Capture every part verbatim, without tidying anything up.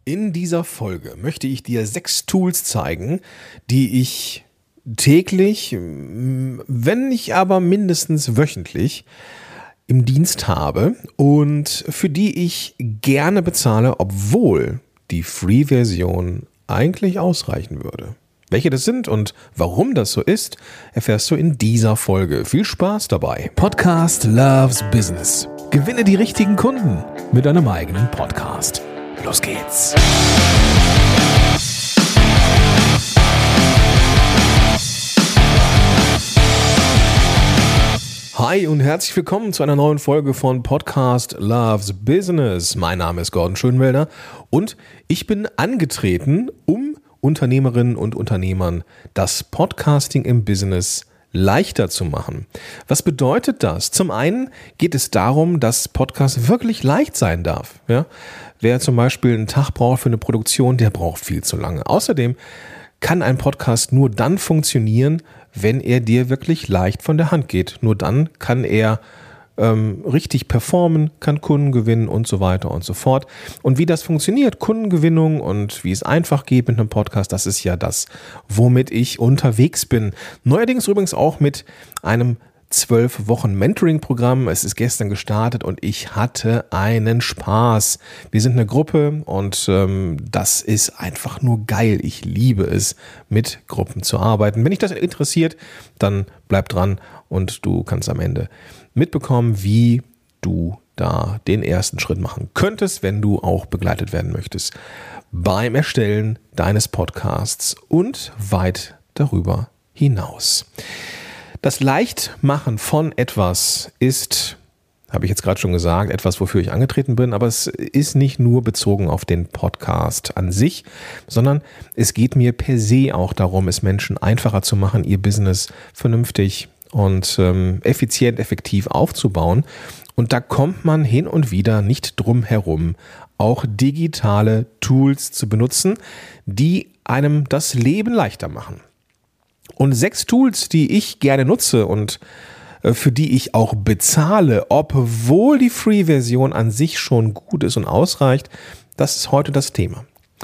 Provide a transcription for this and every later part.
In dieser Folge möchte ich dir sechs Tools zeigen, die ich täglich, wenn nicht aber mindestens wöchentlich im Dienst habe und für die ich gerne bezahle, obwohl die Free-Version eigentlich ausreichen würde. Welche das sind und warum das so ist, erfährst du in dieser Folge. Viel Spaß dabei. Podcast Loves Business. Gewinne die richtigen Kunden mit deinem eigenen Podcast. Los geht's. Hi und herzlich willkommen zu einer neuen Folge von Podcast Loves Business. Mein Name ist Gordon Schönwelder und ich bin angetreten, um Unternehmerinnen und Unternehmern das Podcasting im Business leichter zu machen. Was bedeutet das? Zum einen geht es darum, dass Podcast wirklich leicht sein darf. Ja? Wer zum Beispiel einen Tag braucht für eine Produktion, der braucht viel zu lange. Außerdem kann ein Podcast nur dann funktionieren, wenn er dir wirklich leicht von der Hand geht. Nur dann kann er ähm, richtig performen, kann Kunden gewinnen und so weiter und so fort. Und wie das funktioniert, Kundengewinnung und wie es einfach geht mit einem Podcast, das ist ja das, womit ich unterwegs bin. Neuerdings übrigens auch mit einem zwölf Wochen Mentoring-Programm. Es ist gestern gestartet und ich hatte einen Spaß. Wir sind eine Gruppe und ähm, das ist einfach nur geil. Ich liebe es, mit Gruppen zu arbeiten. Wenn dich das interessiert, dann bleib dran und du kannst am Ende mitbekommen, wie du da den ersten Schritt machen könntest, wenn du auch begleitet werden möchtest beim Erstellen deines Podcasts und weit darüber hinaus. Das Leichtmachen von etwas ist, habe ich jetzt gerade schon gesagt, etwas, wofür ich angetreten bin, aber es ist nicht nur bezogen auf den Podcast an sich, sondern es geht mir per se auch darum, es Menschen einfacher zu machen, ihr Business vernünftig und ähm, effizient, effektiv aufzubauen. Und da kommt man hin und wieder nicht drum herum, auch digitale Tools zu benutzen, die einem das Leben leichter machen. Und sechs Tools, die ich gerne nutze und für die ich auch bezahle, obwohl die Free-Version an sich schon gut ist und ausreicht, das ist heute das Thema.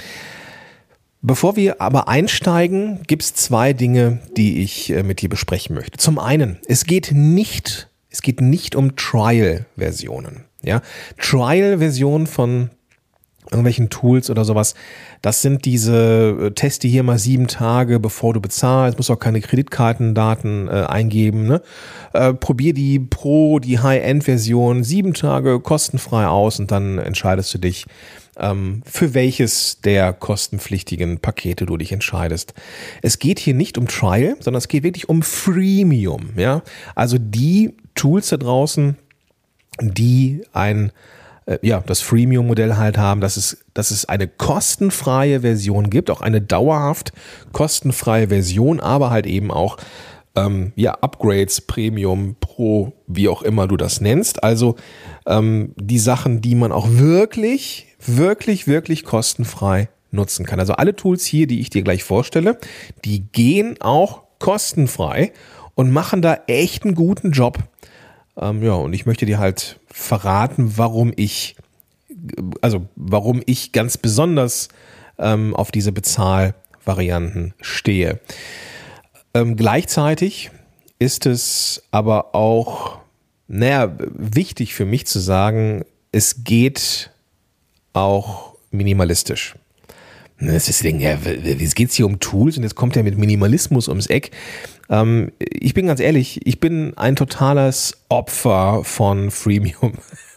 Bevor wir aber einsteigen, gibt es zwei Dinge, die ich mit dir besprechen möchte. Zum einen, es geht nicht, es geht nicht um Trial-Versionen. Ja? Trial-Versionen von irgendwelchen Tools oder sowas, das sind diese, teste hier mal sieben Tage, bevor du bezahlst, musst auch keine Kreditkartendaten äh, eingeben, ne? Äh, probier die Pro, die High-End-Version sieben Tage kostenfrei aus und dann entscheidest du dich, ähm, für welches der kostenpflichtigen Pakete du dich entscheidest. Es geht hier nicht um Trial, sondern es geht wirklich um Freemium, ja? Also die Tools da draußen, die ein ja, das Freemium-Modell halt haben, dass es, dass es eine kostenfreie Version gibt, auch eine dauerhaft kostenfreie Version, aber halt eben auch ähm, ja, Upgrades, Premium, Pro, wie auch immer du das nennst. Also ähm, die Sachen, die man auch wirklich, wirklich, wirklich kostenfrei nutzen kann. Also alle Tools hier, die ich dir gleich vorstelle, die gehen auch kostenfrei und machen da echt einen guten Job. Ähm, ja, und ich möchte dir halt verraten, warum ich, also warum ich ganz besonders ähm, auf diese Bezahlvarianten stehe. Ähm, gleichzeitig ist es aber auch, naja, wichtig für mich zu sagen, es geht auch minimalistisch. Das ist Ding, ja, es geht hier um Tools und jetzt kommt er mit Minimalismus ums Eck. Ähm, ich bin ganz ehrlich, ich bin ein totales Opfer von Freemium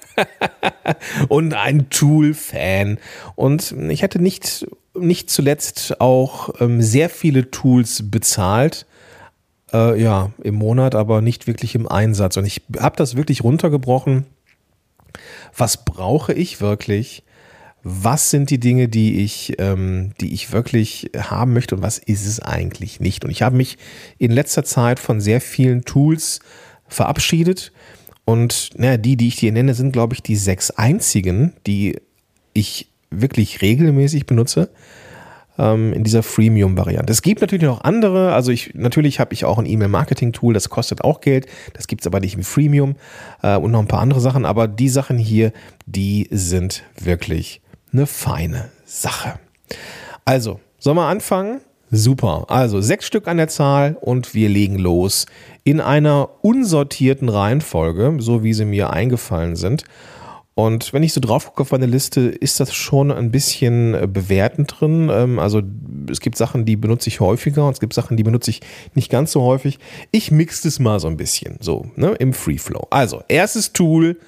und ein Tool-Fan. Und ich hatte nicht, nicht zuletzt auch ähm, sehr viele Tools bezahlt, äh, ja, im Monat, aber nicht wirklich im Einsatz. Und ich habe das wirklich runtergebrochen. Was brauche ich wirklich? Was sind die Dinge, die ich, ähm, die ich wirklich haben möchte und was ist es eigentlich nicht? Und ich habe mich in letzter Zeit von sehr vielen Tools verabschiedet und naja, die, die ich dir nenne, sind, glaube ich, die sechs einzigen, die ich wirklich regelmäßig benutze ähm, in dieser Freemium-Variante. Es gibt natürlich noch andere, also ich natürlich habe ich auch ein E-Mail-Marketing-Tool, das kostet auch Geld, das gibt es aber nicht im Freemium äh, und noch ein paar andere Sachen, aber die Sachen hier, die sind wirklich eine feine Sache. Also, sollen wir anfangen? Super. Also sechs Stück an der Zahl und wir legen los in einer unsortierten Reihenfolge, so wie sie mir eingefallen sind. Und wenn ich so drauf gucke auf meine Liste, ist das schon ein bisschen bewertend drin. Also es gibt Sachen, die benutze ich häufiger und es gibt Sachen, die benutze ich nicht ganz so häufig. Ich mixe das mal so ein bisschen, so ne, im Free Flow. Also erstes Tool,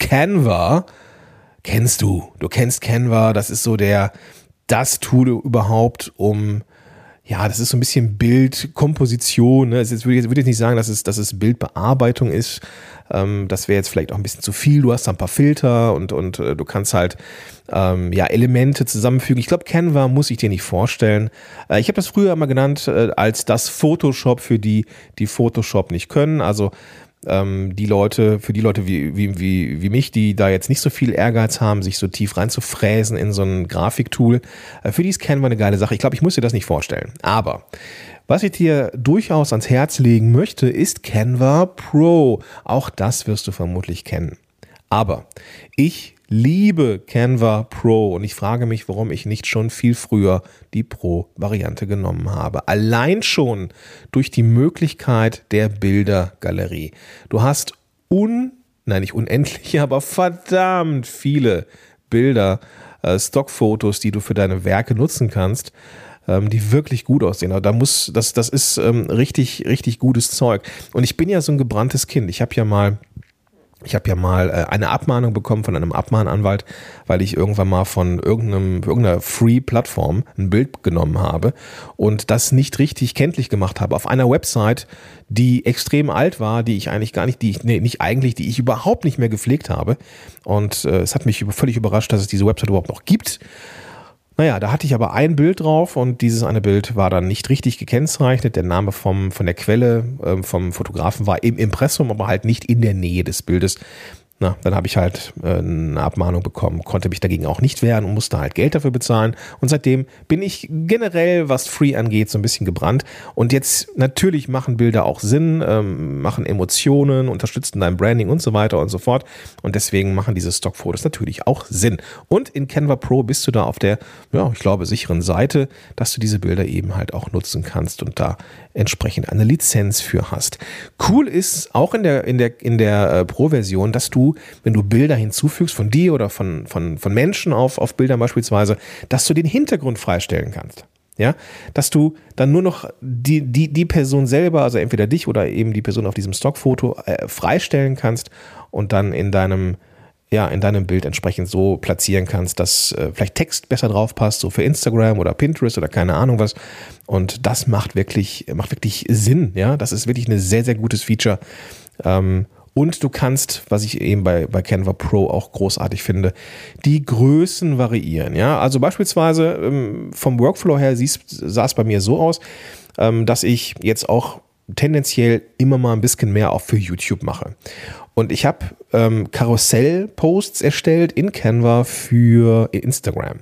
Canva. Kennst du? Du kennst Canva. Das ist so der das Tool überhaupt, um ja, das ist so ein bisschen Bildkomposition. Ne? Also jetzt würde ich, würde ich nicht sagen, dass es, dass es Bildbearbeitung ist. Ähm, das wäre jetzt vielleicht auch ein bisschen zu viel. Du hast da ein paar Filter und, und äh, du kannst halt ähm, ja, Elemente zusammenfügen. Ich glaube, Canva muss ich dir nicht vorstellen. Äh, ich habe das früher immer genannt äh, als das Photoshop für die, die Photoshop nicht können. Also Ähm, die Leute, für die Leute wie, wie, wie, wie mich, die da jetzt nicht so viel Ehrgeiz haben, sich so tief reinzufräsen in so ein Grafiktool, äh, für die ist Canva eine geile Sache. Ich glaube, ich muss dir das nicht vorstellen. Aber was ich dir durchaus ans Herz legen möchte, ist Canva Pro. Auch das wirst du vermutlich kennen. Aber ich liebe Canva Pro und ich frage mich, warum ich nicht schon viel früher die Pro-Variante genommen habe. Allein schon durch die Möglichkeit der Bildergalerie. Du hast un, nein nicht unendlich, aber verdammt viele Bilder, äh, Stockfotos, die du für deine Werke nutzen kannst, ähm, die wirklich gut aussehen. Aber da muss, das, das ist ähm, richtig, richtig gutes Zeug. Und ich bin ja so ein gebranntes Kind. Ich habe ja mal Ich habe ja mal äh, eine Abmahnung bekommen von einem Abmahnanwalt, weil ich irgendwann mal von irgendeinem, irgendeiner Free-Plattform ein Bild genommen habe und das nicht richtig kenntlich gemacht habe auf einer Website, die extrem alt war, die ich eigentlich gar nicht, die ich, nee, nicht eigentlich, die ich überhaupt nicht mehr gepflegt habe. Und äh, es hat mich völlig überrascht, dass es diese Website überhaupt noch gibt. Naja, da hatte ich aber ein Bild drauf und dieses eine Bild war dann nicht richtig gekennzeichnet. Der Name vom, von der Quelle, äh, vom Fotografen war im Impressum, aber halt nicht in der Nähe des Bildes. Na, dann habe ich halt äh, eine Abmahnung bekommen, konnte mich dagegen auch nicht wehren und musste halt Geld dafür bezahlen. Und seitdem bin ich generell, was Free angeht, so ein bisschen gebrannt. Und jetzt natürlich machen Bilder auch Sinn, ähm, machen Emotionen, unterstützen dein Branding und so weiter und so fort. Und deswegen machen diese Stockfotos natürlich auch Sinn. Und in Canva Pro bist du da auf der, ja, ich glaube, sicheren Seite, dass du diese Bilder eben halt auch nutzen kannst und da entsprechend eine Lizenz für hast. Cool ist auch in der, in der, in der äh, Pro-Version, dass du, wenn du Bilder hinzufügst von dir oder von, von, von Menschen auf, auf Bildern beispielsweise, dass du den Hintergrund freistellen kannst. Ja, dass du dann nur noch die, die, die Person selber, also entweder dich oder eben die Person auf diesem Stockfoto äh, freistellen kannst und dann in deinem ja, in deinem Bild entsprechend so platzieren kannst, dass äh, vielleicht Text besser drauf passt, so für Instagram oder Pinterest oder keine Ahnung was. Und das macht wirklich, macht wirklich Sinn, ja. Das ist wirklich ein sehr, sehr gutes Feature. Ähm, und du kannst, was ich eben bei, bei Canva Pro auch großartig finde, die Größen variieren, ja. Also beispielsweise ähm, vom Workflow her siehst, sah es bei mir so aus, ähm, dass ich jetzt auch tendenziell immer mal ein bisschen mehr auch für YouTube mache. Und ich habe ähm, Karussell-Posts erstellt in Canva für Instagram.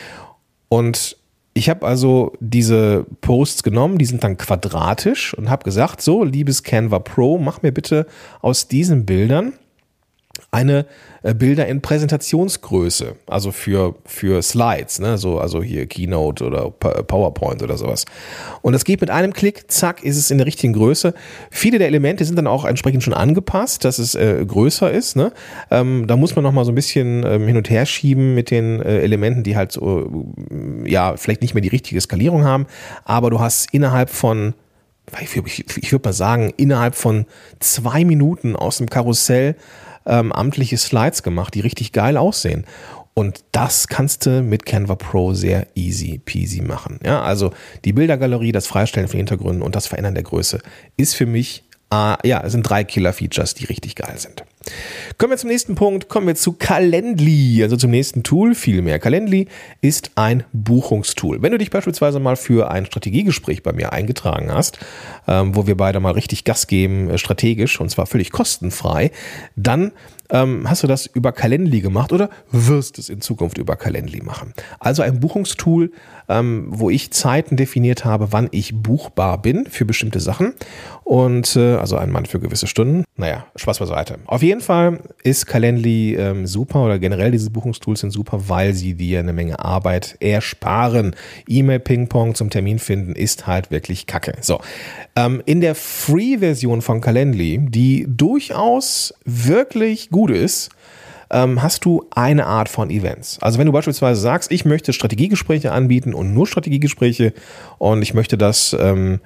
Und ich habe also diese Posts genommen, die sind dann quadratisch und habe gesagt, so, liebes Canva Pro, mach mir bitte aus diesen Bildern eine äh, Bilder in Präsentationsgröße, also für, für Slides, ne? so, also hier Keynote oder PowerPoint oder sowas. Und das geht mit einem Klick, zack, ist es in der richtigen Größe. Viele der Elemente sind dann auch entsprechend schon angepasst, dass es äh, größer ist. Ne? Ähm, da muss man noch mal so ein bisschen ähm, hin und her schieben mit den äh, Elementen, die halt so, äh, ja, vielleicht nicht mehr die richtige Skalierung haben, aber du hast innerhalb von ich, ich, ich würde mal sagen, innerhalb von zwei Minuten aus dem Karussell ähm, amtliche Slides gemacht, die richtig geil aussehen. Und das kannst du mit Canva Pro sehr easy peasy machen. Ja, also die Bildergalerie, das Freistellen von Hintergründen und das Verändern der Größe ist für mich, äh, ja, es sind drei Killer-Features, die richtig geil sind. Kommen wir zum nächsten Punkt, kommen wir zu Calendly, also zum nächsten Tool vielmehr. Calendly ist ein Buchungstool. Wenn du dich beispielsweise mal für ein Strategiegespräch bei mir eingetragen hast, ähm, wo wir beide mal richtig Gas geben, äh, strategisch, und zwar völlig kostenfrei, dann ähm, hast du das über Calendly gemacht oder wirst es in Zukunft über Calendly machen. Also ein Buchungstool, ähm, wo ich Zeiten definiert habe, wann ich buchbar bin für bestimmte Sachen und äh, also ein Mann für gewisse Stunden. Naja, Spaß beiseite. Auf jeden Fall ist Calendly ähm, super oder generell diese Buchungstools sind super, weil sie dir eine Menge Arbeit ersparen. E-Mail-Ping-Pong zum Termin finden ist halt wirklich kacke. So, ähm, in der Free-Version von Calendly, die durchaus wirklich gut ist, ähm, hast du eine Art von Events. Also wenn du beispielsweise sagst, ich möchte Strategiegespräche anbieten und nur Strategiegespräche und ich möchte das... Ähm,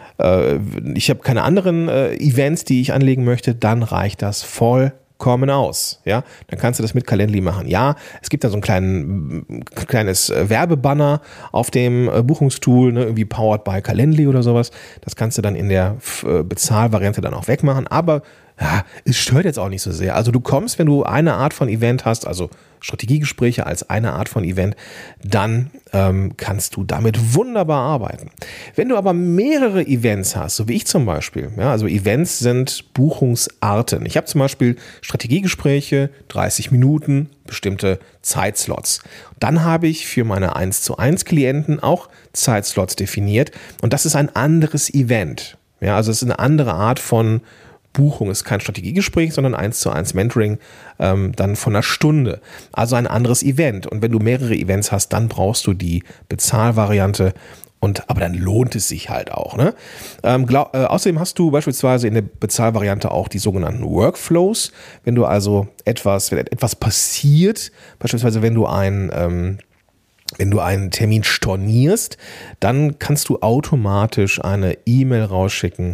ich habe keine anderen äh, Events, die ich anlegen möchte, dann reicht das vollkommen aus. Ja, dann kannst du das mit Calendly machen. Ja, es gibt da so ein kleinen, kleines Werbebanner auf dem äh, Buchungstool, ne, irgendwie powered by Calendly oder sowas. Das kannst du dann in der äh, Bezahlvariante dann auch wegmachen. Aber ja, es stört jetzt auch nicht so sehr. Also du kommst, wenn du eine Art von Event hast, also Strategiegespräche als eine Art von Event, dann ähm, kannst du damit wunderbar arbeiten. Wenn du aber mehrere Events hast, so wie ich zum Beispiel, ja, also Events sind Buchungsarten. Ich habe zum Beispiel Strategiegespräche, dreißig Minuten, bestimmte Zeitslots. Dann habe ich für meine eins zu eins Klienten auch Zeitslots definiert und das ist ein anderes Event. Ja, also es ist eine andere Art von Buchung, ist kein Strategiegespräch, sondern eins zu eins Mentoring, ähm, dann von einer Stunde. Also ein anderes Event. Und wenn du mehrere Events hast, dann brauchst du die Bezahlvariante. Und, aber dann lohnt es sich halt auch. Ne? Ähm, glaub, äh, außerdem hast du beispielsweise in der Bezahlvariante auch die sogenannten Workflows. Wenn du also etwas, wenn etwas passiert, beispielsweise wenn du ein ähm, Wenn du einen Termin stornierst, dann kannst du automatisch eine E-Mail rausschicken,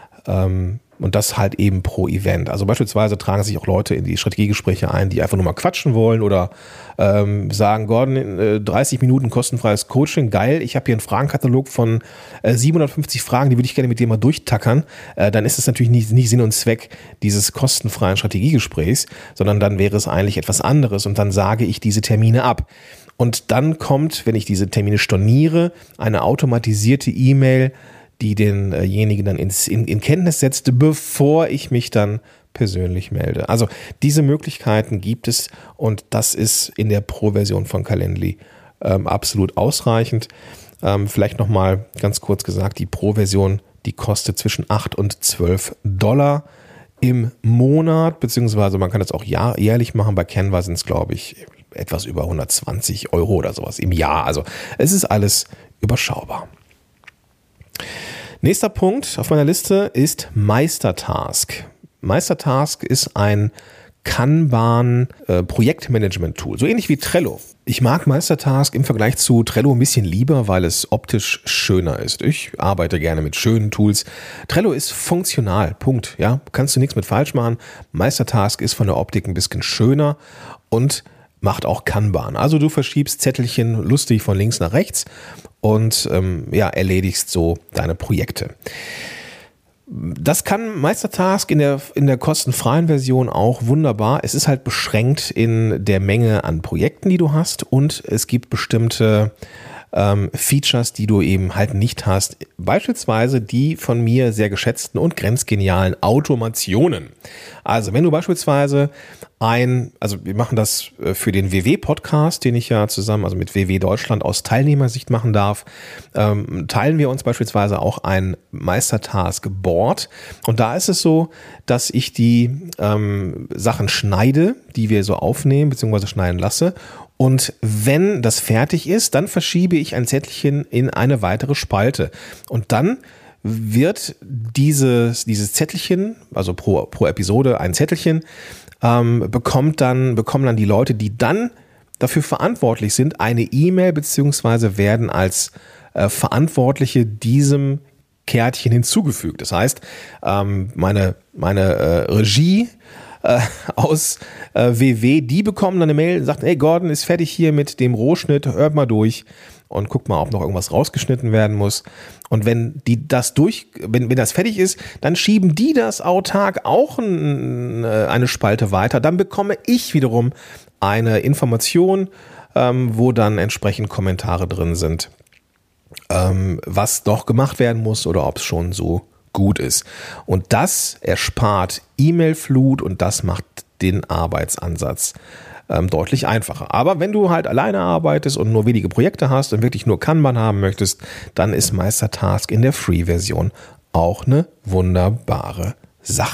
ähm, und das halt eben pro Event. Also beispielsweise tragen sich auch Leute in die Strategiegespräche ein, die einfach nur mal quatschen wollen oder ähm, sagen, Gordon, äh, dreißig Minuten kostenfreies Coaching, geil, ich habe hier einen Fragenkatalog von äh, siebenhundertfünfzig Fragen, die würde ich gerne mit dir mal durchtackern. Äh, dann ist es natürlich nicht, nicht Sinn und Zweck dieses kostenfreien Strategiegesprächs, sondern dann wäre es eigentlich etwas anderes und dann sage ich diese Termine ab. Und dann kommt, wenn ich diese Termine storniere, eine automatisierte E-Mail, die denjenigen dann ins, in, in Kenntnis setzte, bevor ich mich dann persönlich melde. Also diese Möglichkeiten gibt es und das ist in der Pro-Version von Calendly ähm, absolut ausreichend. Ähm, vielleicht nochmal ganz kurz gesagt, die Pro-Version, die kostet zwischen acht und zwölf Dollar im Monat, beziehungsweise man kann das auch jahr, jährlich machen. Bei Canva sind es, glaube ich, etwas über hundertzwanzig Euro oder sowas im Jahr. Also es ist alles überschaubar. Nächster Punkt auf meiner Liste ist Meistertask. Meistertask ist ein Kanban-Projektmanagement-Tool, so ähnlich wie Trello. Ich mag Meistertask im Vergleich zu Trello ein bisschen lieber, weil es optisch schöner ist. Ich arbeite gerne mit schönen Tools. Trello ist funktional, Punkt. Ja, kannst du nichts mit falsch machen. Meistertask ist von der Optik ein bisschen schöner und macht auch Kanban. Also du verschiebst Zettelchen lustig von links nach rechts und ähm, ja, erledigst so deine Projekte. Das kann Meistertask in der, in der kostenfreien Version auch wunderbar. Es ist halt beschränkt in der Menge an Projekten, die du hast und es gibt bestimmte ähm, Features, die du eben halt nicht hast. Beispielsweise die von mir sehr geschätzten und grenzgenialen Automationen. Also wenn du beispielsweise ein, also wir machen das für den W W-Podcast, den ich ja zusammen, also mit W W Deutschland aus Teilnehmersicht machen darf, ähm, teilen wir uns beispielsweise auch ein Meistertask-Board. Und da ist es so, dass ich die ähm, Sachen schneide, die wir so aufnehmen bzw. schneiden lasse. Und wenn das fertig ist, dann verschiebe ich ein Zettelchen in eine weitere Spalte. Und dann wird dieses, dieses Zettelchen, also pro, pro Episode ein Zettelchen, ähm, bekommt dann, bekommen dann die Leute, die dann dafür verantwortlich sind, eine E-Mail beziehungsweise werden als äh, Verantwortliche diesem Kärtchen hinzugefügt. Das heißt, ähm, meine, meine äh, Regie äh, aus äh, W W, die bekommen dann eine Mail und sagt, hey, Gordon ist fertig hier mit dem Rohschnitt, hört mal durch und guck mal, ob noch irgendwas rausgeschnitten werden muss. Und wenn die das durch, wenn, wenn das fertig ist, dann schieben die das autark auch ein, eine Spalte weiter. Dann bekomme ich wiederum eine Information, ähm, wo dann entsprechend Kommentare drin sind, ähm, was noch gemacht werden muss oder ob es schon so gut ist. Und das erspart E-Mail-Flut und das macht den Arbeitsansatz ähm, deutlich einfacher. Aber wenn du halt alleine arbeitest und nur wenige Projekte hast und wirklich nur Kanban haben möchtest, dann ist Meistertask in der Free-Version auch eine wunderbare Sache.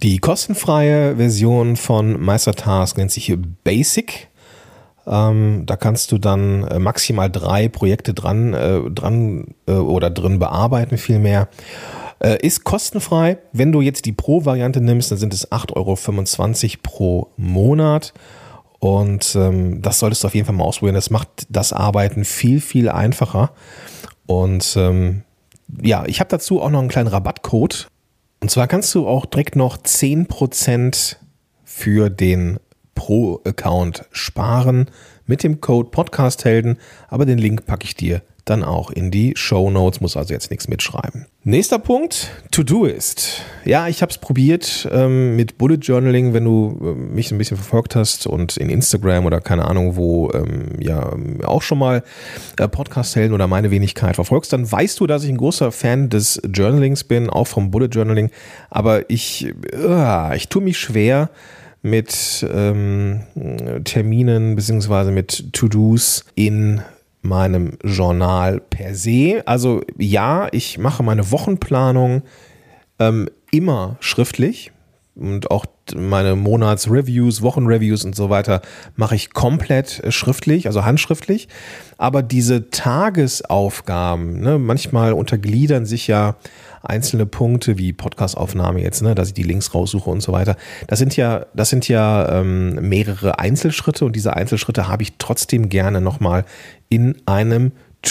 Die kostenfreie Version von Meistertask nennt sich hier Basic. Ähm, da kannst du dann äh, maximal drei Projekte dran, äh, dran äh, oder drin bearbeiten, vielmehr. Äh, ist kostenfrei. Wenn du jetzt die Pro-Variante nimmst, dann sind es acht Euro fünfundzwanzig pro Monat. Und ähm, das solltest du auf jeden Fall mal ausprobieren. Das macht das Arbeiten viel, viel einfacher. Und ähm, ja, ich habe dazu auch noch einen kleinen Rabattcode. Und zwar kannst du auch direkt noch zehn Prozent für den Pro-Account sparen mit dem Code PodcastHelden. Aber den Link packe ich dir dann auch in die Shownotes, muss also jetzt nichts mitschreiben. Nächster Punkt, Todoist. Ja, ich habe es probiert ähm, mit Bullet Journaling, wenn du äh, mich ein bisschen verfolgt hast und in Instagram oder keine Ahnung wo ähm, ja auch schon mal äh, Podcast-Helden oder meine Wenigkeit verfolgst, dann weißt du, dass ich ein großer Fan des Journalings bin, auch vom Bullet Journaling. Aber ich, äh, ich tue mich schwer mit ähm, Terminen beziehungsweise mit To-Dos in meinem Journal per se. Also ja, ich mache meine Wochenplanung ähm, immer schriftlich und auch meine Monatsreviews, Wochenreviews und so weiter mache ich komplett schriftlich, also handschriftlich. Aber diese Tagesaufgaben, ne, manchmal untergliedern sich ja einzelne Punkte wie Podcastaufnahme jetzt, ne, dass ich die Links raussuche und so weiter. Das sind ja, das sind ja ähm, mehrere Einzelschritte und diese Einzelschritte habe ich trotzdem gerne nochmal in einem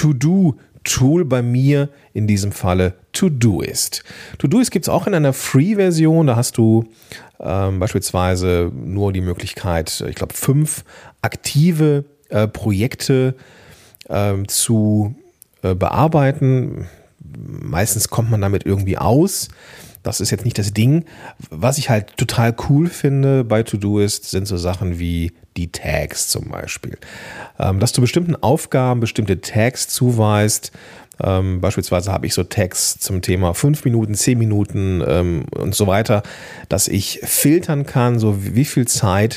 To-Do-Tool bei mir, in diesem Falle Todoist. Todoist gibt es auch in einer Free-Version, da hast du ähm, beispielsweise nur die Möglichkeit, ich glaube, fünf aktive äh, Projekte äh, zu äh, bearbeiten. Meistens kommt man damit irgendwie aus. Das ist jetzt nicht das Ding. Was ich halt total cool finde bei Todoist sind so Sachen wie die Tags zum Beispiel. Ähm, dass du bestimmten Aufgaben bestimmte Tags zuweist. Ähm, beispielsweise habe ich so Tags zum Thema fünf Minuten, zehn Minuten ähm, und so weiter, dass ich filtern kann, so wie viel Zeit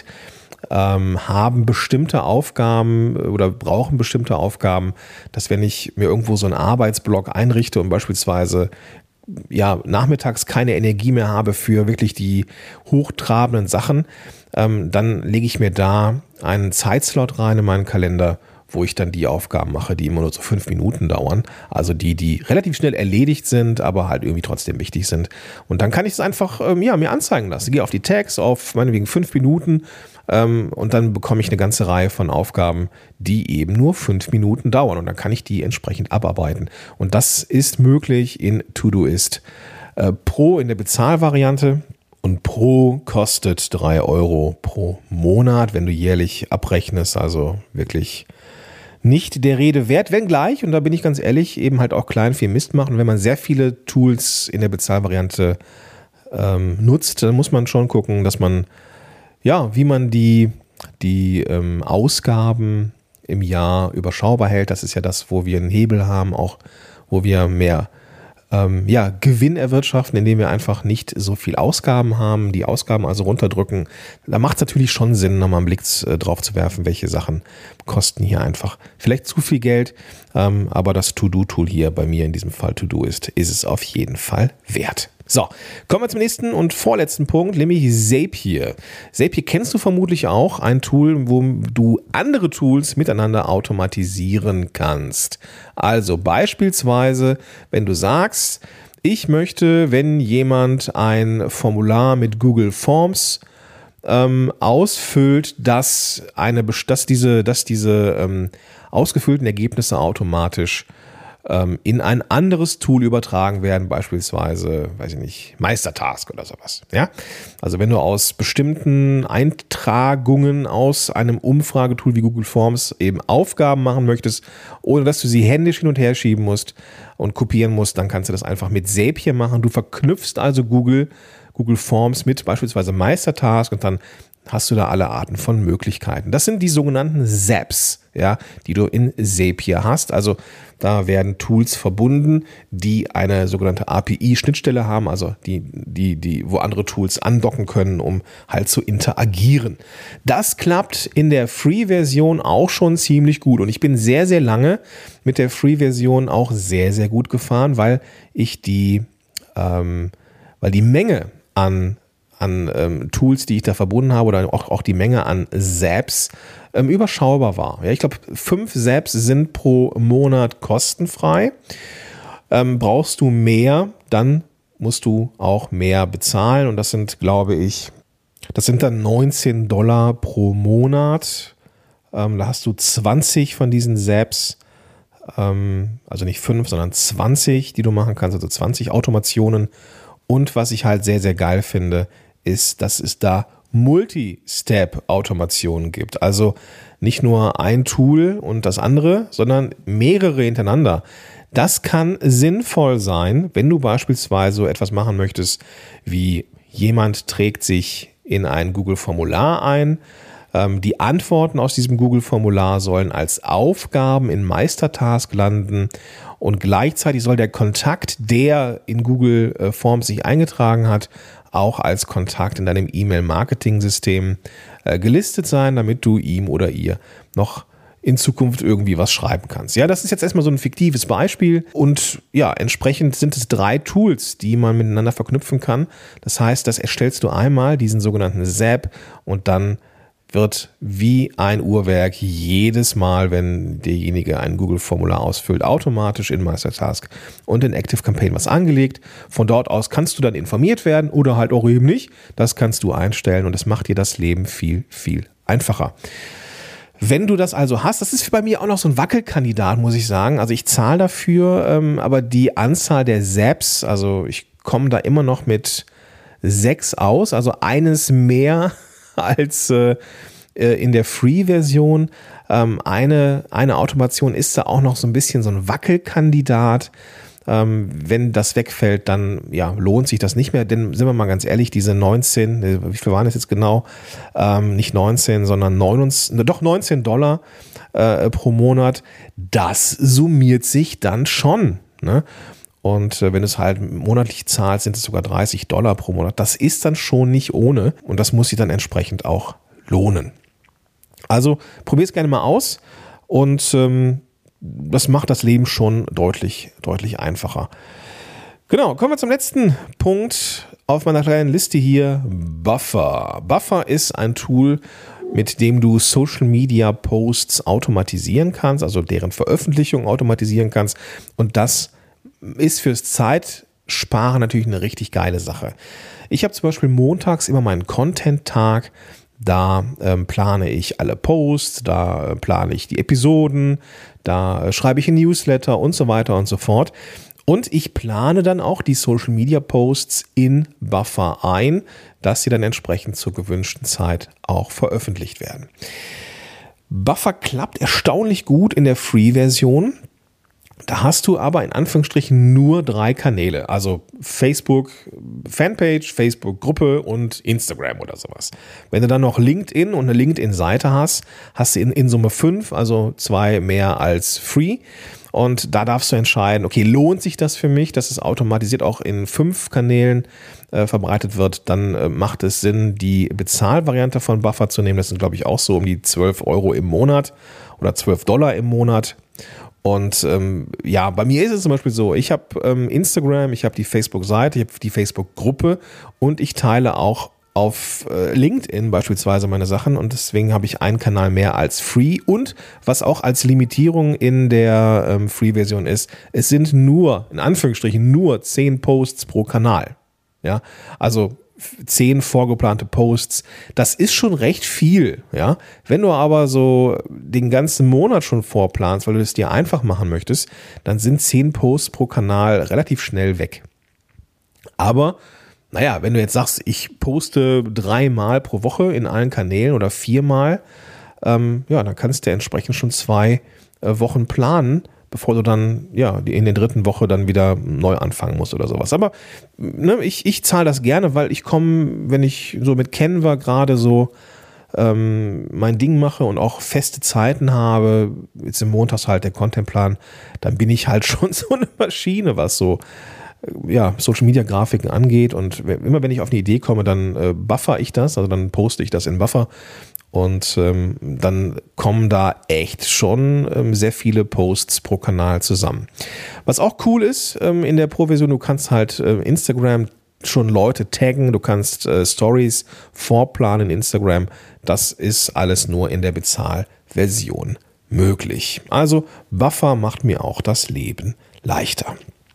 ähm, haben bestimmte Aufgaben oder brauchen bestimmte Aufgaben, dass wenn ich mir irgendwo so einen Arbeitsblock einrichte und beispielsweise ja, nachmittags keine Energie mehr habe für wirklich die hochtrabenden Sachen, ähm, dann lege ich mir da einen Zeitslot rein in meinen Kalender, wo ich dann die Aufgaben mache, die immer nur so fünf Minuten dauern. Also die, die relativ schnell erledigt sind, aber halt irgendwie trotzdem wichtig sind. Und dann kann ich es einfach ähm, ja, mir anzeigen lassen. Ich gehe auf die Tags, auf meinetwegen fünf Minuten ähm, und dann bekomme ich eine ganze Reihe von Aufgaben, die eben nur fünf Minuten dauern. Und dann kann ich die entsprechend abarbeiten. Und das ist möglich in Todoist äh, Pro in der Bezahlvariante. Und Pro kostet drei Euro pro Monat, wenn du jährlich abrechnest. Also wirklich nicht der Rede wert, wenngleich, und da bin ich ganz ehrlich, eben halt auch klein viel Mist machen. Wenn man sehr viele Tools in der Bezahlvariante ähm, nutzt, dann muss man schon gucken, dass man, ja, wie man die, die ähm, Ausgaben im Jahr überschaubar hält. Das ist ja das, wo wir einen Hebel haben, auch wo wir mehr ähm, ja, Gewinn erwirtschaften, indem wir einfach nicht so viel Ausgaben haben, die Ausgaben also runterdrücken. Da macht es natürlich schon Sinn, nochmal einen Blick äh, drauf zu werfen, welche Sachen kosten hier einfach vielleicht zu viel Geld, ähm, aber das To-Do-Tool hier bei mir in diesem Fall Todoist ist es auf jeden Fall wert. So, kommen wir zum nächsten und vorletzten Punkt, nämlich Zapier. Zapier kennst du vermutlich auch, ein Tool, wo du andere Tools miteinander automatisieren kannst. Also beispielsweise, wenn du sagst, ich möchte, wenn jemand ein Formular mit Google Forms ähm, ausfüllt, dass, eine, dass diese, dass diese ähm, ausgefüllten Ergebnisse automatisch in ein anderes Tool übertragen werden, beispielsweise, weiß ich nicht, Meistertask oder sowas. Ja? Also wenn du aus bestimmten Eintragungen aus einem Umfragetool wie Google Forms eben Aufgaben machen möchtest, ohne dass du sie händisch hin und her schieben musst und kopieren musst, dann kannst du das einfach mit Zapier machen. Du verknüpfst also Google, Google Forms mit beispielsweise Meistertask und dann hast du da alle Arten von Möglichkeiten. Das sind die sogenannten Zaps, ja, die du in Zapier hast. Also da werden Tools verbunden, die eine sogenannte A P I-Schnittstelle haben, also die, die, die, wo andere Tools andocken können, um halt zu interagieren. Das klappt in der Free-Version auch schon ziemlich gut und ich bin sehr, sehr lange mit der Free-Version auch sehr, sehr gut gefahren, weil ich die, ähm, weil die Menge an an ähm, Tools, die ich da verbunden habe, oder auch, auch die Menge an Zaps ähm, überschaubar war. Ja, ich glaube, fünf Zaps sind pro Monat kostenfrei. Ähm, brauchst du mehr, dann musst du auch mehr bezahlen. Und das sind, glaube ich, das sind dann neunzehn Dollar pro Monat. Ähm, da hast du zwanzig von diesen Zaps, ähm, also nicht fünf, sondern zwanzig, die du machen kannst, also zwanzig Automationen. Und was ich halt sehr, sehr geil finde, ist, dass es da Multi-Step-Automationen gibt. Also nicht nur ein Tool und das andere, sondern mehrere hintereinander. Das kann sinnvoll sein, wenn du beispielsweise so etwas machen möchtest, wie jemand trägt sich in ein Google-Formular ein. Ähm, die Antworten aus diesem Google-Formular sollen als Aufgaben in Meistertask landen und gleichzeitig soll der Kontakt, der in Google äh, Forms sich eingetragen hat, auch als Kontakt in deinem E-Mail-Marketing-System äh, gelistet sein, damit du ihm oder ihr noch in Zukunft irgendwie was schreiben kannst. Ja, das ist jetzt erstmal so ein fiktives Beispiel und ja, entsprechend sind es drei Tools, die man miteinander verknüpfen kann. Das heißt, das erstellst du einmal, diesen sogenannten Zap, und dann wird wie ein Uhrwerk jedes Mal, wenn derjenige ein Google-Formular ausfüllt, automatisch in Meistertask und in ActiveCampaign was angelegt. Von dort aus kannst du dann informiert werden oder halt auch eben nicht. Das kannst du einstellen und das macht dir das Leben viel, viel einfacher. Wenn du das also hast, das ist bei mir auch noch so ein Wackelkandidat, muss ich sagen. Also ich zahle dafür, ähm, aber die Anzahl der Zaps, also ich komme da immer noch mit sechs aus, also eines mehr als äh, in der Free-Version. Ähm, eine, eine Automation ist da auch noch so ein bisschen so ein Wackelkandidat. Ähm, wenn das wegfällt, dann ja, lohnt sich das nicht mehr, denn sind wir mal ganz ehrlich, diese neunzehn, wie viel waren das jetzt genau? Ähm, nicht neunzehn, sondern neunzehn, doch neunzehn Dollar äh, pro Monat, das summiert sich dann schon, ne? Und äh, wenn du es halt monatlich zahlst, sind es sogar dreißig Dollar pro Monat. Das ist dann schon nicht ohne und das muss sich dann entsprechend auch lohnen. Also probier es gerne mal aus und ähm, das macht das Leben schon deutlich, deutlich einfacher. Genau, kommen wir zum letzten Punkt auf meiner kleinen Liste hier. Buffer. Buffer ist ein Tool, mit dem du Social Media Posts automatisieren kannst, also deren Veröffentlichung automatisieren kannst. Und das ist fürs Zeitsparen natürlich eine richtig geile Sache. Ich habe zum Beispiel montags immer meinen Content-Tag. Da ähm, plane ich alle Posts, da äh, plane ich die Episoden, da äh, schreibe ich ein Newsletter und so weiter und so fort. Und ich plane dann auch die Social Media Posts in Buffer ein, dass sie dann entsprechend zur gewünschten Zeit auch veröffentlicht werden. Buffer klappt erstaunlich gut in der Free-Version. Da hast du aber in Anführungsstrichen nur drei Kanäle, also Facebook Fanpage, Facebook Gruppe und Instagram oder sowas. Wenn du dann noch LinkedIn und eine LinkedIn-Seite hast, hast du in, in Summe fünf, also zwei mehr als Free. Und da darfst du entscheiden, okay, lohnt sich das für mich, dass es automatisiert auch in fünf Kanälen äh, verbreitet wird, dann äh, macht es Sinn, die Bezahlvariante von Buffer zu nehmen. Das sind, glaube ich, auch so um die zwölf Euro im Monat oder zwölf Dollar im Monat. Und ähm, ja, bei mir ist es zum Beispiel so, ich habe ähm, Instagram, ich habe die Facebook-Seite, ich habe die Facebook-Gruppe und ich teile auch auf äh, LinkedIn beispielsweise meine Sachen und deswegen habe ich einen Kanal mehr als Free und was auch als Limitierung in der ähm, Free-Version ist, es sind nur, in Anführungsstrichen, nur zehn Posts pro Kanal. Ja, also zehn vorgeplante Posts, das ist schon recht viel, ja. Wenn du aber so den ganzen Monat schon vorplanst, weil du es dir einfach machen möchtest, dann sind zehn Posts pro Kanal relativ schnell weg. Aber, naja, wenn du jetzt sagst, ich poste dreimal pro Woche in allen Kanälen oder viermal, ähm, ja, dann kannst du entsprechend schon zwei äh, Wochen planen, bevor du dann ja in der dritten Woche dann wieder neu anfangen musst oder sowas. Aber ne, ich, ich zahle das gerne, weil ich komme, wenn ich so mit Canva gerade so ähm, mein Ding mache und auch feste Zeiten habe, jetzt im Montags halt der Contentplan, dann bin ich halt schon so eine Maschine, was so ja, Social-Media-Grafiken angeht. Und immer wenn ich auf eine Idee komme, dann äh, buffer ich das, also dann poste ich das in Buffer. Und ähm, dann kommen da echt schon ähm, sehr viele Posts pro Kanal zusammen. Was auch cool ist ähm, in der Pro-Version, du kannst halt äh, Instagram schon Leute taggen, du kannst äh, Stories vorplanen in Instagram. Das ist alles nur in der Bezahlversion möglich. Also Buffer macht mir auch das Leben leichter.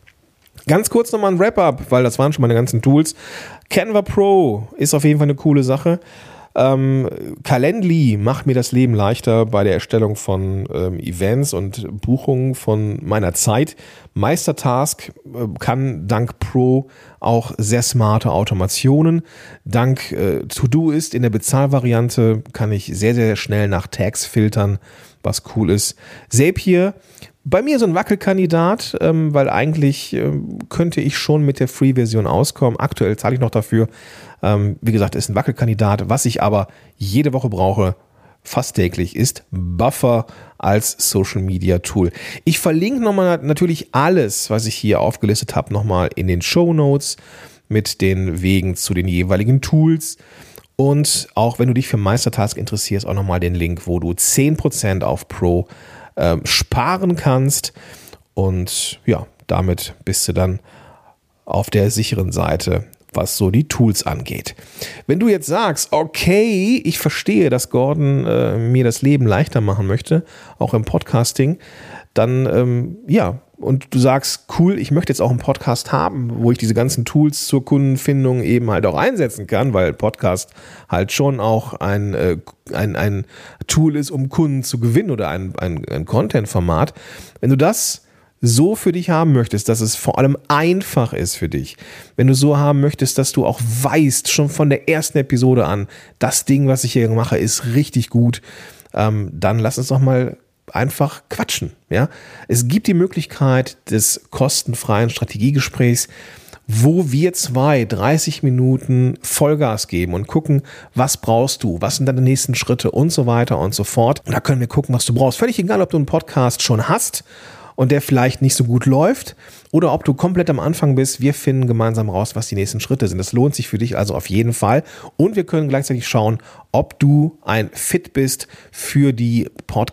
Ganz kurz nochmal ein Wrap-up, weil das waren schon meine ganzen Tools. Canva Pro ist auf jeden Fall eine coole Sache. Ähm, Calendly macht mir das Leben leichter bei der Erstellung von ähm, Events und Buchungen von meiner Zeit. Meistertask äh, kann dank Pro auch sehr smarte Automationen. Dank äh, To-Do-Ist in der Bezahlvariante kann ich sehr, sehr schnell nach Tags filtern, was cool ist. Zapier, bei mir so ein Wackelkandidat, ähm, weil eigentlich ähm, könnte ich schon mit der Free-Version auskommen. Aktuell zahle ich noch dafür. Ähm, wie gesagt, ist ein Wackelkandidat. Was ich aber jede Woche brauche, fast täglich, ist Buffer als Social-Media-Tool. Ich verlinke nochmal natürlich alles, was ich hier aufgelistet habe, nochmal in den Shownotes mit den Wegen zu den jeweiligen Tools. Und auch wenn du dich für Meistertask interessierst, auch nochmal den Link, wo du zehn Prozent auf Pro ähm, sparen kannst. Und ja, damit bist du dann auf der sicheren Seite, was so die Tools angeht. Wenn du jetzt sagst, okay, ich verstehe, dass Gordon äh, mir das Leben leichter machen möchte, auch im Podcasting, dann ähm, ja, und du sagst, cool, ich möchte jetzt auch einen Podcast haben, wo ich diese ganzen Tools zur Kundenfindung eben halt auch einsetzen kann, weil Podcast halt schon auch ein, äh, ein, ein Tool ist, um Kunden zu gewinnen oder ein, ein, ein Content-Format. Wenn du das so für dich haben möchtest, dass es vor allem einfach ist für dich, wenn du so haben möchtest, dass du auch weißt, schon von der ersten Episode an, das Ding, was ich hier mache, ist richtig gut, ähm, dann lass uns doch mal einfach quatschen. Ja? Es gibt die Möglichkeit des kostenfreien Strategiegesprächs, wo wir zwei dreißig Minuten Vollgas geben und gucken, was brauchst du, was sind deine nächsten Schritte und so weiter und so fort. Und da können wir gucken, was du brauchst. Völlig egal, ob du einen Podcast schon hast und der vielleicht nicht so gut läuft oder ob du komplett am Anfang bist. Wir finden gemeinsam raus, was die nächsten Schritte sind. Das lohnt sich für dich also auf jeden Fall. Und wir können gleichzeitig schauen, ob du ein Fit bist für die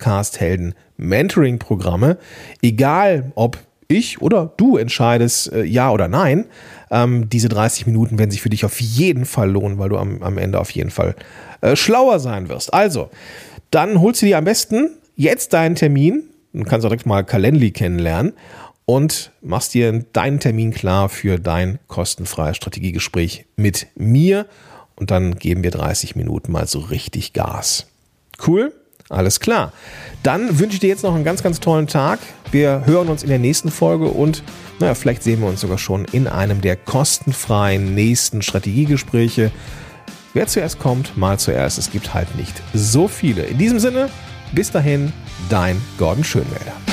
Podcast-Helden-Mentoring-Programme. Egal, ob ich oder du entscheidest, äh, ja oder nein, ähm, diese dreißig Minuten werden sich für dich auf jeden Fall lohnen, weil du am, am Ende auf jeden Fall äh, schlauer sein wirst. Also, dann holst du dir am besten jetzt deinen Termin. Du kannst auch direkt mal Calendly kennenlernen und machst dir deinen Termin klar für dein kostenfreies Strategiegespräch mit mir. Und dann geben wir dreißig Minuten mal so richtig Gas. Cool? Alles klar. Dann wünsche ich dir jetzt noch einen ganz, ganz tollen Tag. Wir hören uns in der nächsten Folge und naja, vielleicht sehen wir uns sogar schon in einem der kostenfreien nächsten Strategiegespräche. Wer zuerst kommt, mal zuerst. Es gibt halt nicht so viele. In diesem Sinne, bis dahin, dein Gordon Schönwälder.